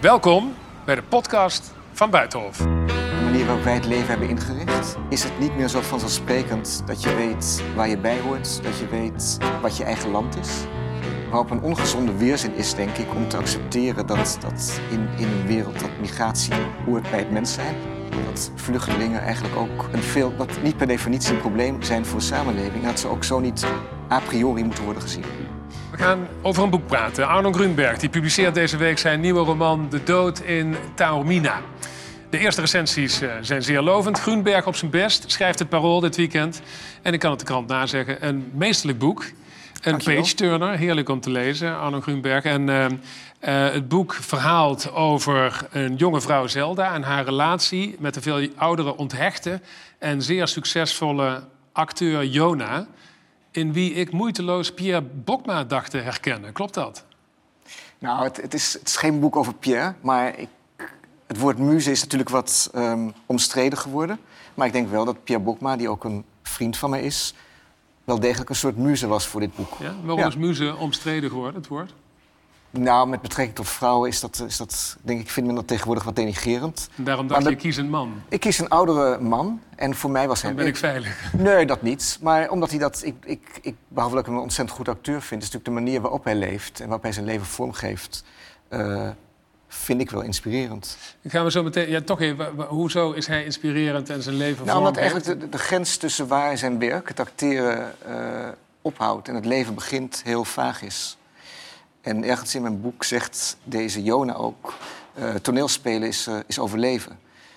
Welkom bij de podcast van Buitenhof. De manier waarop wij het leven hebben ingericht, is het niet meer zo vanzelfsprekend dat je weet waar je bij hoort, dat je weet wat je eigen land is. Waarop een ongezonde weerzin is, denk ik, om te accepteren dat in een wereld dat migratie hoort bij het mens zijn. Dat vluchtelingen eigenlijk ook dat niet per definitie een probleem zijn voor de samenleving. Dat ze ook zo niet a priori moeten worden gezien. We gaan over een boek praten. Arno Grunberg die publiceert deze week zijn nieuwe roman De Dood in Taormina. De eerste recensies zijn zeer lovend. Grunberg op zijn best, schrijft het Parool dit weekend. En ik kan het de krant nazeggen, een meesterlijk boek. Een page-turner, heerlijk om te lezen, Arno Grunberg. En het boek verhaalt over een jonge vrouw Zelda en haar relatie met de veel oudere onthechte en zeer succesvolle acteur Jona, in wie ik moeiteloos Pierre Bokma dacht te herkennen. Klopt dat? Nou, het is geen boek over Pierre, maar het woord muze is natuurlijk wat omstreden geworden. Maar ik denk wel dat Pierre Bokma, die ook een vriend van mij is, wel degelijk een soort muze was voor dit boek. Ja? Waarom is muze omstreden geworden, het woord? Nou, met betrekking tot vrouwen is dat denk ik, vind men dat tegenwoordig wat denigrerend. En daarom dacht je, kies een man. Ik kies een oudere man en voor mij was hij... Dan ben ik veilig. Nee, dat niet. Maar omdat hij dat... behalve dat ik hem een ontzettend goed acteur vind, is natuurlijk de manier waarop hij leeft en waarop hij zijn leven vormgeeft, vind ik wel inspirerend. Dan gaan we zo meteen... Ja, toch even, hoezo is hij inspirerend en zijn leven Nou, omdat vormgeeft? eigenlijk de grens tussen waar zijn werk, het acteren, ophoudt en het leven begint, heel vaag is. En ergens in mijn boek zegt deze Jona ook, toneelspelen is overleven.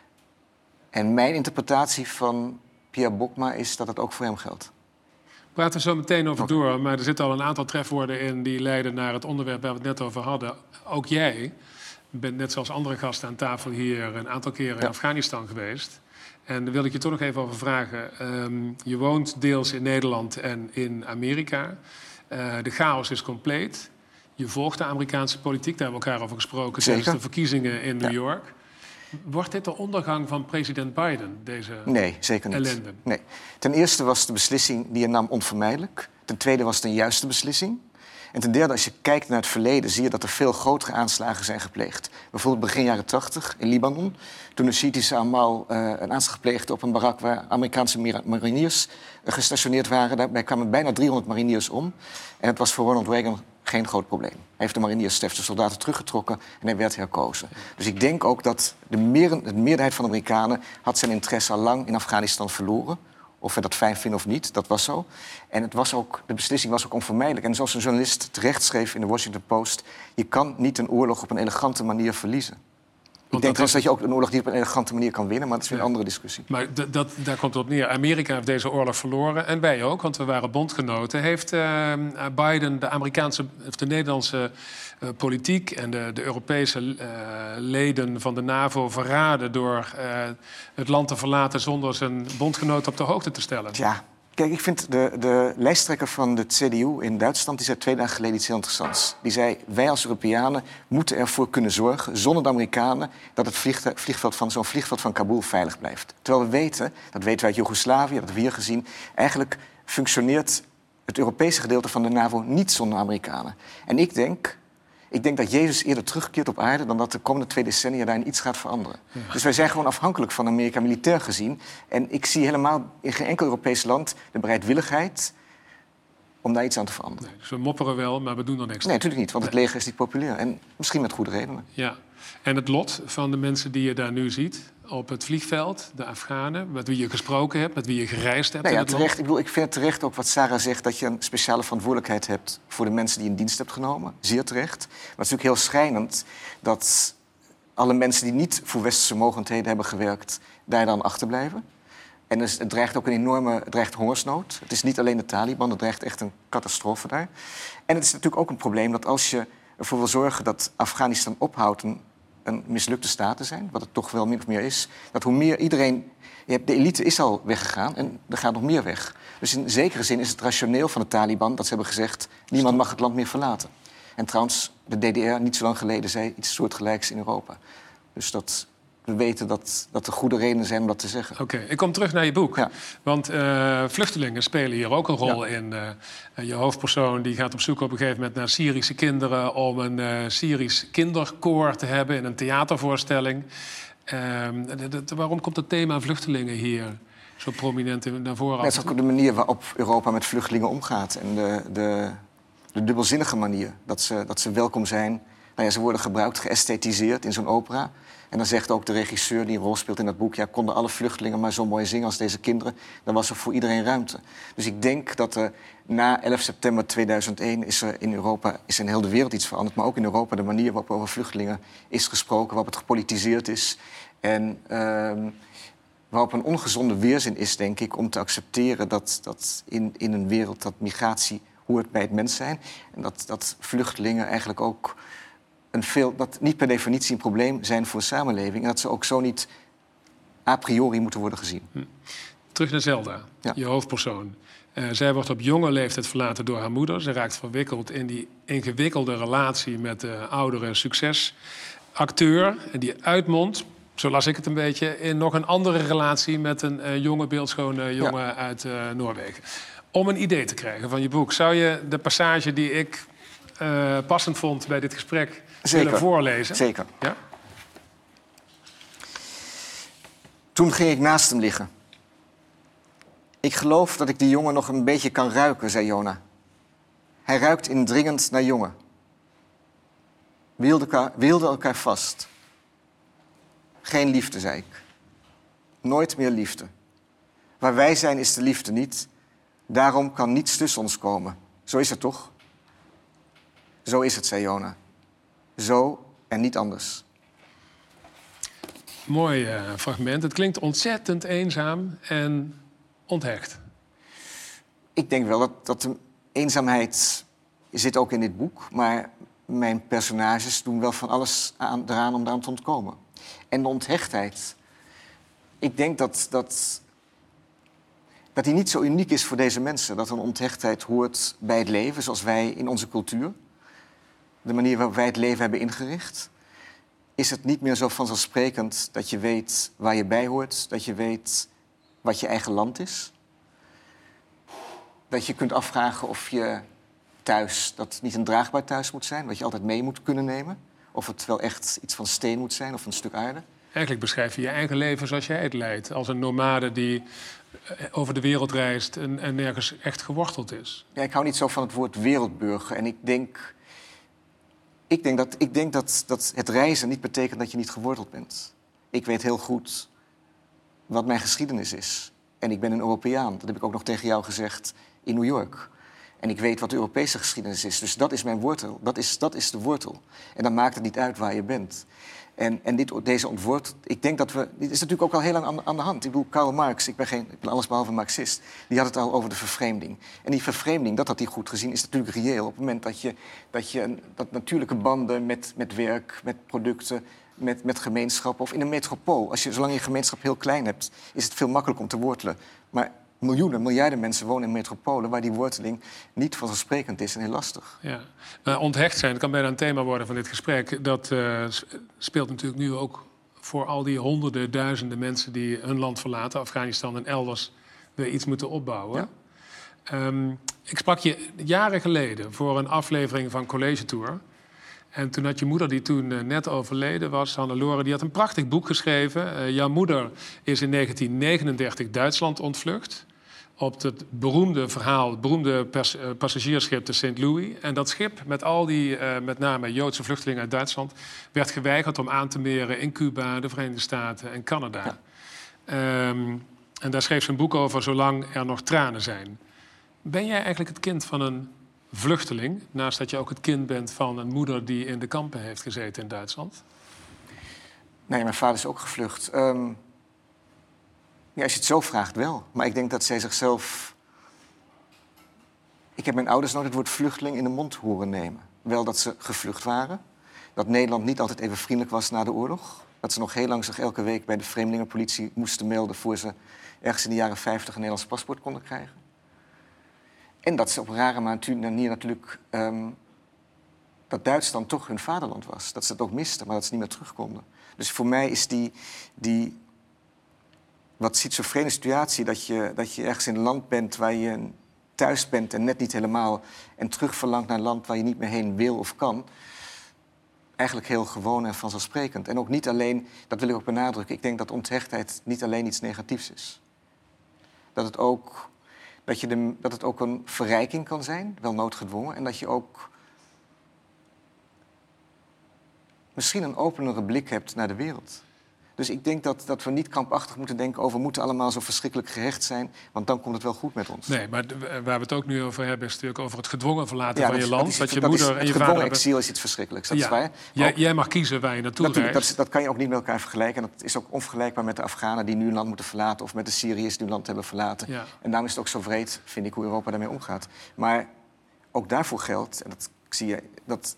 En mijn interpretatie van Pierre Bokma is dat het ook voor hem geldt. Praten we zo meteen over door, maar er zitten al een aantal trefwoorden in die leiden naar het onderwerp waar we het net over hadden. Ook jij bent net zoals andere gasten aan tafel hier een aantal keren in Afghanistan geweest. En daar wil ik je toch nog even over vragen. Je woont deels in Nederland en in Amerika. De chaos is compleet. Je volgt de Amerikaanse politiek, daar hebben we elkaar over gesproken tijdens de verkiezingen in New York. Wordt dit de ondergang van president Biden, deze Nee, zeker niet. ellende? Nee. Ten eerste was de beslissing die hij nam onvermijdelijk. Ten tweede was het een juiste beslissing. En ten derde, als je kijkt naar het verleden, zie je dat er veel grotere aanslagen zijn gepleegd. Bijvoorbeeld begin jaren 80 in Libanon, toen de Shiïtische Amal een aanslag pleegde op een barak waar Amerikaanse mariniers gestationeerd waren. Daarbij kwamen bijna 300 mariniers om. En het was voor Ronald Reagan geen groot probleem. Hij heeft de mariniers, de soldaten teruggetrokken en hij werd herkozen. Dus ik denk ook dat de meerderheid van de Amerikanen had zijn interesse al lang in Afghanistan verloren. Of we dat fijn vinden of niet, dat was zo. En de beslissing was ook onvermijdelijk. En zoals een journalist terecht schreef in de Washington Post, je kan niet een oorlog op een elegante manier verliezen. Ik denk trouwens dat je ook een oorlog niet op een elegante manier kan winnen, maar dat is weer een andere discussie. Maar daar komt het op neer. Amerika heeft deze oorlog verloren en wij ook, want we waren bondgenoten. Heeft Biden de Nederlandse politiek en de Europese leden van de NAVO verraden door het land te verlaten zonder zijn bondgenoten op de hoogte te stellen? Ja. Kijk, ik vind de lijsttrekker van de CDU in Duitsland, die zei 2 dagen geleden iets heel interessants. Die zei, wij als Europeanen moeten ervoor kunnen zorgen, zonder de Amerikanen, dat het zo'n vliegveld van Kabul veilig blijft. Terwijl we weten, dat weten we uit Joegoslavië, dat hebben we hier gezien, eigenlijk functioneert het Europese gedeelte van de NAVO niet zonder Amerikanen. En ik denk dat Jezus eerder terugkeert op aarde dan dat de komende 2 decennia daarin iets gaat veranderen. Ja. Dus wij zijn gewoon afhankelijk van Amerika militair gezien. En ik zie helemaal in geen enkel Europees land de bereidwilligheid om daar iets aan te veranderen. Nee, dus we mopperen wel, maar we doen er niks. Nee, natuurlijk niet, want het leger is niet populair. En misschien met goede redenen. Ja. En het lot van de mensen die je daar nu ziet op het vliegveld, de Afghanen, met wie je gesproken hebt, met wie je gereisd hebt. Nou ja, terecht. Ik vind het terecht ook wat Sarah zegt, dat je een speciale verantwoordelijkheid hebt voor de mensen die je in dienst hebt genomen. Zeer terecht. Maar het is natuurlijk heel schrijnend dat alle mensen die niet voor westerse mogendheden hebben gewerkt, daar dan achterblijven. En dus het dreigt ook een dreigt hongersnood. Het is niet alleen de Taliban, het dreigt echt een catastrofe daar. En het is natuurlijk ook een probleem dat als je ervoor wil zorgen dat Afghanistan ophoudt een mislukte staat te zijn, wat het toch wel min of meer is, dat hoe meer iedereen... De elite is al weggegaan en er gaat nog meer weg. Dus in zekere zin is het rationeel van de Taliban dat ze hebben gezegd, niemand mag het land meer verlaten. En trouwens, de DDR niet zo lang geleden zei iets soortgelijks in Europa. Dus we weten dat er goede redenen zijn om dat te zeggen. Oké, ik kom terug naar je boek. Ja. Want vluchtelingen spelen hier ook een rol in. Je hoofdpersoon die gaat op zoek op een gegeven moment naar Syrische kinderen... om een Syrisch kinderkoor te hebben in een theatervoorstelling. Waarom komt het thema vluchtelingen hier zo prominent naar voren? Dat is ook de manier waarop Europa met vluchtelingen omgaat. En de dubbelzinnige manier. Dat ze welkom zijn. Nou ja, ze worden gebruikt, geësthetiseerd in zo'n opera. En dan zegt ook de regisseur die een rol speelt in dat boek... ja, konden alle vluchtelingen maar zo mooi zingen als deze kinderen... dan was er voor iedereen ruimte. Dus ik denk dat er na 11 september 2001 is er in Europa... is in heel de wereld iets veranderd, maar ook in Europa... de manier waarop over vluchtelingen is gesproken, waarop het gepolitiseerd is... en waarop een ongezonde weerzin is, denk ik... om te accepteren dat in een wereld dat migratie hoort bij het mens zijn... en dat vluchtelingen eigenlijk ook... dat niet per definitie een probleem zijn voor de samenleving... en dat ze ook zo niet a priori moeten worden gezien. Terug naar Zelda, je hoofdpersoon. Zij wordt op jonge leeftijd verlaten door haar moeder. Ze raakt verwikkeld in die ingewikkelde relatie met de oudere succesacteur. En die uitmondt, zo las ik het een beetje... in nog een andere relatie met een jonge, beeldschone jongen uit Noorwegen. Om een idee te krijgen van je boek... zou je de passage die ik passend vond bij dit gesprek... willen voorlezen? Zeker. Ja? Toen ging ik naast hem liggen. Ik geloof dat ik die jongen nog een beetje kan ruiken, zei Jona. Hij ruikt indringend naar jongen. We hielden elkaar vast. Geen liefde, zei ik. Nooit meer liefde. Waar wij zijn is de liefde niet. Daarom kan niets tussen ons komen. Zo is het toch? Zo is het, zei Jona. Zo en niet anders. Mooi fragment. Het klinkt ontzettend eenzaam en onthecht. Ik denk wel dat de eenzaamheid zit ook in dit boek. Maar mijn personages doen wel van alles eraan om daaraan te ontkomen. En de onthechtheid. Ik denk dat die niet zo uniek is voor deze mensen. Dat een onthechtheid hoort bij het leven, zoals wij in onze cultuur. De manier waarop wij het leven hebben ingericht. Is het niet meer zo vanzelfsprekend dat je weet waar je bij hoort. Dat je weet wat je eigen land is. Dat je kunt afvragen of je thuis, dat niet een draagbaar thuis moet zijn. Wat je altijd mee moet kunnen nemen. Of het wel echt iets van steen moet zijn of een stuk aarde. Eigenlijk beschrijf je je eigen leven zoals jij het leidt. Als een nomade die over de wereld reist en nergens echt geworteld is. Ja, ik hou niet zo van het woord wereldburger. En ik denk dat het reizen niet betekent dat je niet geworteld bent. Ik weet heel goed wat mijn geschiedenis is. En ik ben een Europeaan. Dat heb ik ook nog tegen jou gezegd in New York. En ik weet wat de Europese geschiedenis is. Dus dat is mijn wortel. Dat is de wortel. En dan maakt het niet uit waar je bent. En deze ontworteling... Ik denk dat dit is natuurlijk ook al heel lang aan de hand. Ik bedoel, Karl Marx, ik ben allesbehalve Marxist... die had het al over de vervreemding. En die vervreemding, dat had hij goed gezien, is natuurlijk reëel. Op het moment dat natuurlijke banden met werk, met producten... met gemeenschappen of in een metropool... zolang je gemeenschap heel klein hebt, is het veel makkelijker om te wortelen. Maar miljoenen, miljarden mensen wonen in metropolen... waar die worteling niet vanzelfsprekend is en heel lastig. Ja. Onthecht zijn, dat kan bijna een thema worden van dit gesprek. Dat speelt natuurlijk nu ook voor al die honderden, duizenden mensen... die hun land verlaten, Afghanistan en elders, weer iets moeten opbouwen. Ja. Ik sprak je jaren geleden voor een aflevering van College Tour... En toen had je moeder, die toen net overleden was, Hannelore, die had een prachtig boek geschreven. Jouw moeder is in 1939 Duitsland ontvlucht. Op het beroemde verhaal, het beroemde passagiersschip de St. Louis. En dat schip, met al die, met name Joodse vluchtelingen uit Duitsland... werd geweigerd om aan te meren in Cuba, de Verenigde Staten en Canada. Ja. En daar schreef ze een boek over, Zolang er nog tranen zijn. Ben jij eigenlijk het kind van een vluchteling, naast dat je ook het kind bent van een moeder die in de kampen heeft gezeten in Duitsland? Nee, mijn vader is ook gevlucht. Ja, als je het zo vraagt, wel. Maar ik denk dat zij zichzelf... Ik heb mijn ouders nooit het woord vluchteling in de mond horen nemen. Wel dat ze gevlucht waren. Dat Nederland niet altijd even vriendelijk was na de oorlog. Dat ze nog heel lang zich elke week bij de vreemdelingenpolitie moesten melden... voor ze ergens in de jaren 50 een Nederlands paspoort konden krijgen. En dat ze op een rare manier natuurlijk dat Duitsland toch hun vaderland was. Dat ze het ook misten, maar dat ze niet meer terug konden. Dus voor mij is die wat schizofrene situatie... dat je ergens in een land bent waar je thuis bent en net niet helemaal... en terug verlangt naar een land waar je niet meer heen wil of kan... eigenlijk heel gewoon en vanzelfsprekend. En ook niet alleen, dat wil ik ook benadrukken... ik denk dat onthechtheid niet alleen iets negatiefs is. Dat het ook een verrijking kan zijn, wel noodgedwongen... en dat je ook misschien een openere blik hebt naar de wereld. Dus ik denk dat we niet krampachtig moeten denken over... we moeten allemaal zo verschrikkelijk gehecht zijn... want dan komt het wel goed met ons. Nee, maar waar we het ook nu over hebben... is natuurlijk over het gedwongen verlaten van je land. Dat je moeder en je vader... Het gedwongen exil is iets verschrikkelijks, dat is waar. Jij mag kiezen waar je naartoe reist. Dat kan je ook niet met elkaar vergelijken. En dat is ook onvergelijkbaar met de Afghanen die nu een land moeten verlaten... of met de Syriërs die een land hebben verlaten. Ja. En daarom is het ook zo wreed, vind ik, hoe Europa daarmee omgaat. Maar ook daarvoor geldt, en dat zie je... dat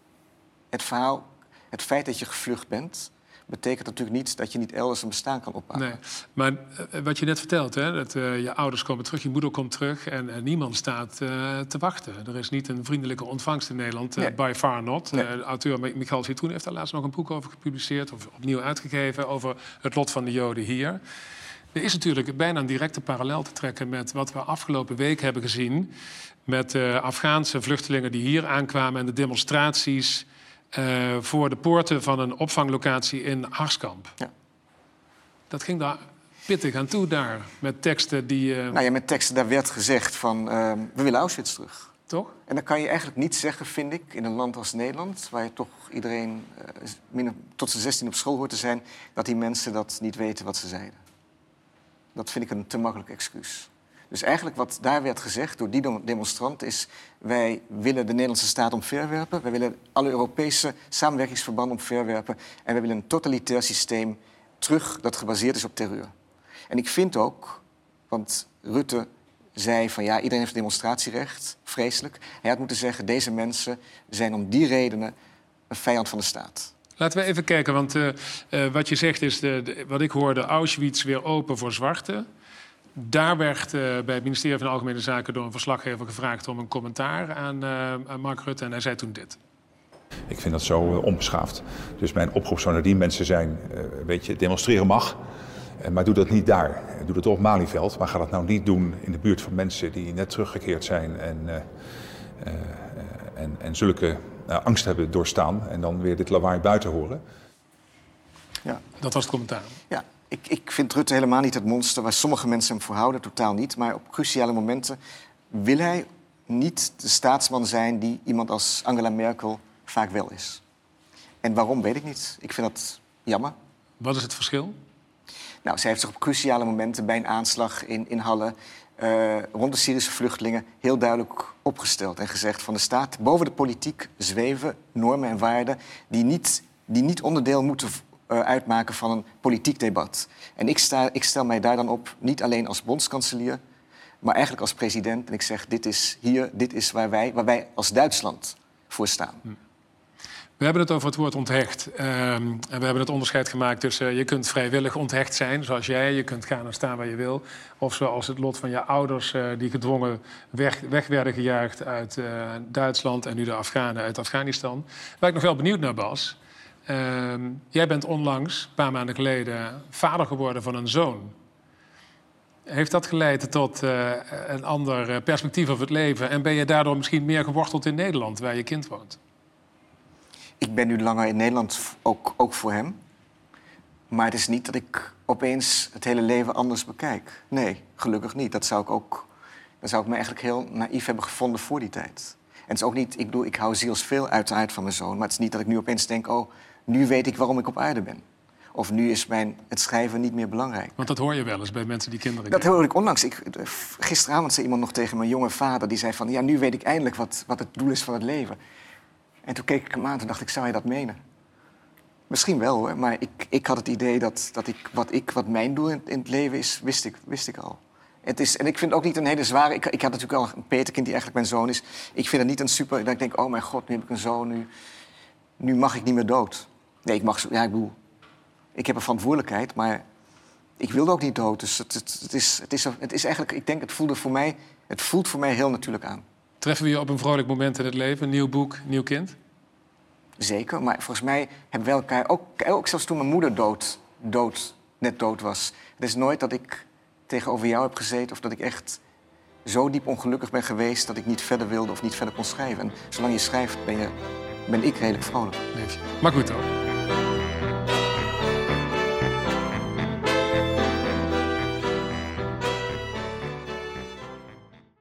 het feit dat je gevlucht bent... betekent natuurlijk niet dat je niet elders een bestaan kan opbouwen. Nee, maar wat je net vertelt, hè, dat je ouders komen terug, je moeder komt terug... en niemand staat te wachten. Er is niet een vriendelijke ontvangst in Nederland, Nee. by far not. Nee. De auteur Michal Citroen heeft daar laatst nog een boek over gepubliceerd... of opnieuw uitgegeven, over het lot van de Joden hier. Er is natuurlijk bijna een directe parallel te trekken... met wat we afgelopen week hebben gezien... met Afghaanse vluchtelingen die hier aankwamen... en de demonstraties... voor de poorten van een opvanglocatie in Harskamp. Ja. Dat ging daar pittig aan toe daar, met teksten die... met teksten daar werd gezegd van... we willen Auschwitz terug. Toch? En dan kan je eigenlijk niet zeggen, vind ik, in een land als Nederland... waar je toch iedereen tot zijn 16 op school hoort te zijn... dat die mensen dat niet weten wat ze zeiden. Dat vind ik een te makkelijk excuus. Dus eigenlijk wat daar werd gezegd door die demonstranten is... wij willen de Nederlandse staat omverwerpen. Wij willen alle Europese samenwerkingsverbanden omverwerpen. En wij willen een totalitair systeem terug dat gebaseerd is op terreur. En ik vind ook, want Rutte zei van ja, iedereen heeft demonstratierecht, vreselijk. Hij had moeten zeggen, deze mensen zijn om die redenen een vijand van de staat. Laten we even kijken, want wat je zegt is... wat ik hoorde, Auschwitz weer open voor zwarten... Daar werd bij het ministerie van Algemene Zaken door een verslaggever gevraagd om een commentaar aan Mark Rutte. En hij zei toen dit. Ik vind dat zo onbeschaafd. Dus mijn oproep zou naar die mensen zijn, demonstreren mag. Maar doe dat niet daar. Doe dat op Malieveld. Maar ga dat nou niet doen in de buurt van mensen die net teruggekeerd zijn. En zulke angst hebben doorstaan. En dan weer dit lawaai buiten horen. Ja. Dat was het commentaar. Ja. Ik vind Rutte helemaal niet het monster waar sommige mensen hem voor houden, totaal niet. Maar op cruciale momenten wil hij niet de staatsman zijn die iemand als Angela Merkel vaak wel is. En waarom, weet ik niet. Ik vind dat jammer. Wat is het verschil? Nou, zij heeft zich op cruciale momenten bij een aanslag in Halle... rond de Syrische vluchtelingen heel duidelijk opgesteld en gezegd... van de staat boven de politiek zweven normen en waarden die niet onderdeel moeten uitmaken van een politiek debat. En ik stel mij daar dan op, niet alleen als bondskanselier... maar eigenlijk als president. En ik zeg, dit is waar wij als Duitsland voor staan. We hebben het over het woord onthecht. En we hebben het onderscheid gemaakt tussen... je kunt vrijwillig onthecht zijn, zoals jij. Je kunt gaan en staan waar je wil. Of zoals het lot van je ouders... die gedwongen weg werden gejaagd uit Duitsland... en nu de Afghanen uit Afghanistan. Waar ik nog wel benieuwd naar, Bas... jij bent onlangs, een paar maanden geleden... vader geworden van een zoon. Heeft dat geleid tot een ander perspectief op het leven? En ben je daardoor misschien meer geworteld in Nederland, waar je kind woont? Ik ben nu langer in Nederland, ook voor hem. Maar het is niet dat ik opeens het hele leven anders bekijk. Nee, gelukkig niet. Dat zou ik me eigenlijk heel naïef hebben gevonden voor die tijd. En het is ook niet, ik hou zielsveel uiteraard van mijn zoon... maar het is niet dat ik nu opeens denk... oh, nu weet ik waarom ik op aarde ben. Of nu is het schrijven niet meer belangrijk. Want dat hoor je wel eens bij mensen die kinderen Dat hoor ik onlangs. Gisteravond zei iemand nog tegen mijn jonge vader... die zei van, ja, nu weet ik eindelijk wat het doel is van het leven. En toen keek ik hem aan en dacht ik, zou hij dat menen? Misschien wel, hoor. Maar ik had het idee dat wat mijn doel in het leven is, wist ik al. En ik vind het ook niet een hele zware... Ik had natuurlijk al een peterkind die eigenlijk mijn zoon is. Ik vind het niet een super... Dat ik denk, oh mijn god, nu heb ik een zoon, nu mag ik niet meer dood. Nee, ik bedoel... Ik heb een verantwoordelijkheid, maar ik wilde ook niet dood. Dus het is eigenlijk... Ik denk, het voelt voor mij heel natuurlijk aan. Treffen we je op een vrolijk moment in het leven? Een nieuw boek, nieuw kind? Zeker, maar volgens mij hebben wij elkaar... Ook zelfs toen mijn moeder net dood was. Het is nooit dat ik tegenover jou heb gezeten... of dat ik echt zo diep ongelukkig ben geweest... dat ik niet verder wilde of niet verder kon schrijven. En zolang je schrijft ben ik redelijk vrolijk. Maar goed hoor.